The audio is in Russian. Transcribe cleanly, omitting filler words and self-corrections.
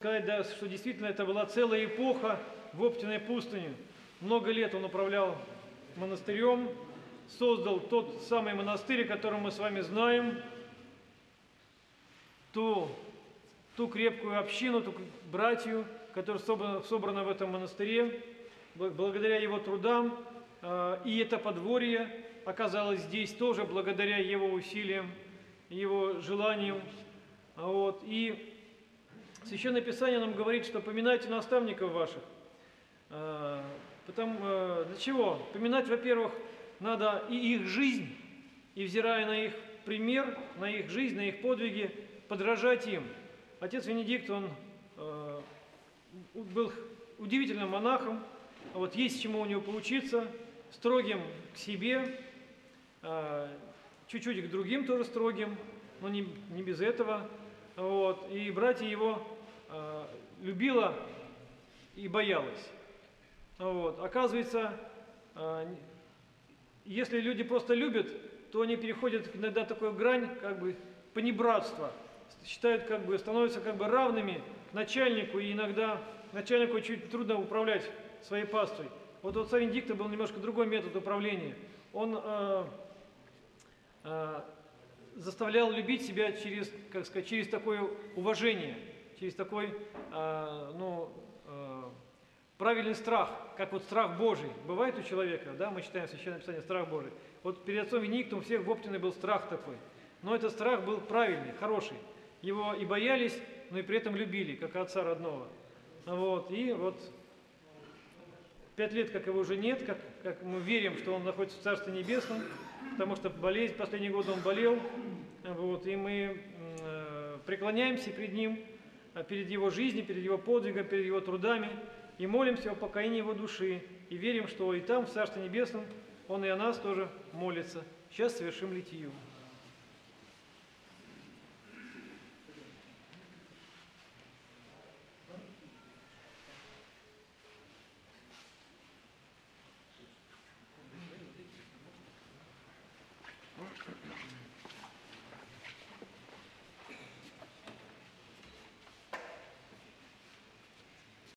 Сказать, да, что действительно это была целая эпоха в Оптиной пустыне. Много лет он управлял монастырем, создал тот самый монастырь, который мы с вами знаем, ту крепкую общину, ту братью, которая собрана в этом монастыре, благодаря его трудам. И это подворье оказалось здесь тоже благодаря его усилиям, его желанию. И Священное Писание нам говорит, что поминайте наставников ваших. Для чего? Поминать, во-первых, надо и их жизнь, и взирая на их пример, на их жизнь, на их подвиги, подражать им. Отец Венедикт, он был удивительным монахом, есть чему у него поучиться, строгим к себе, чуть-чуть к другим тоже строгим, но не без этого. И братья его любила и боялась. Оказывается, если люди просто любят, то они переходят иногда такую грань, понебратства, считают, становятся равными к начальнику, и иногда начальнику чуть трудно управлять своей паствой. У отца Венедикта был немножко другой метод управления. Он заставлял любить себя через такое уважение, через такой правильный страх, как страх Божий. Бывает у человека, да, мы читаем в Священном Писании страх Божий. Перед отцом Венедиктом у всех в Оптиной был страх такой. Но этот страх был правильный, хороший. Его и боялись, но и при этом любили, как отца родного. 5 лет, как его уже нет, как мы верим, что он находится в Царстве Небесном, потому что болезнь, последние годы он болел, и мы преклоняемся перед ним, перед его жизнью, перед его подвигом, перед его трудами, и молимся о покаянии его души, и верим, что и там, в Царстве Небесном, он и о нас тоже молится. Сейчас совершим литию.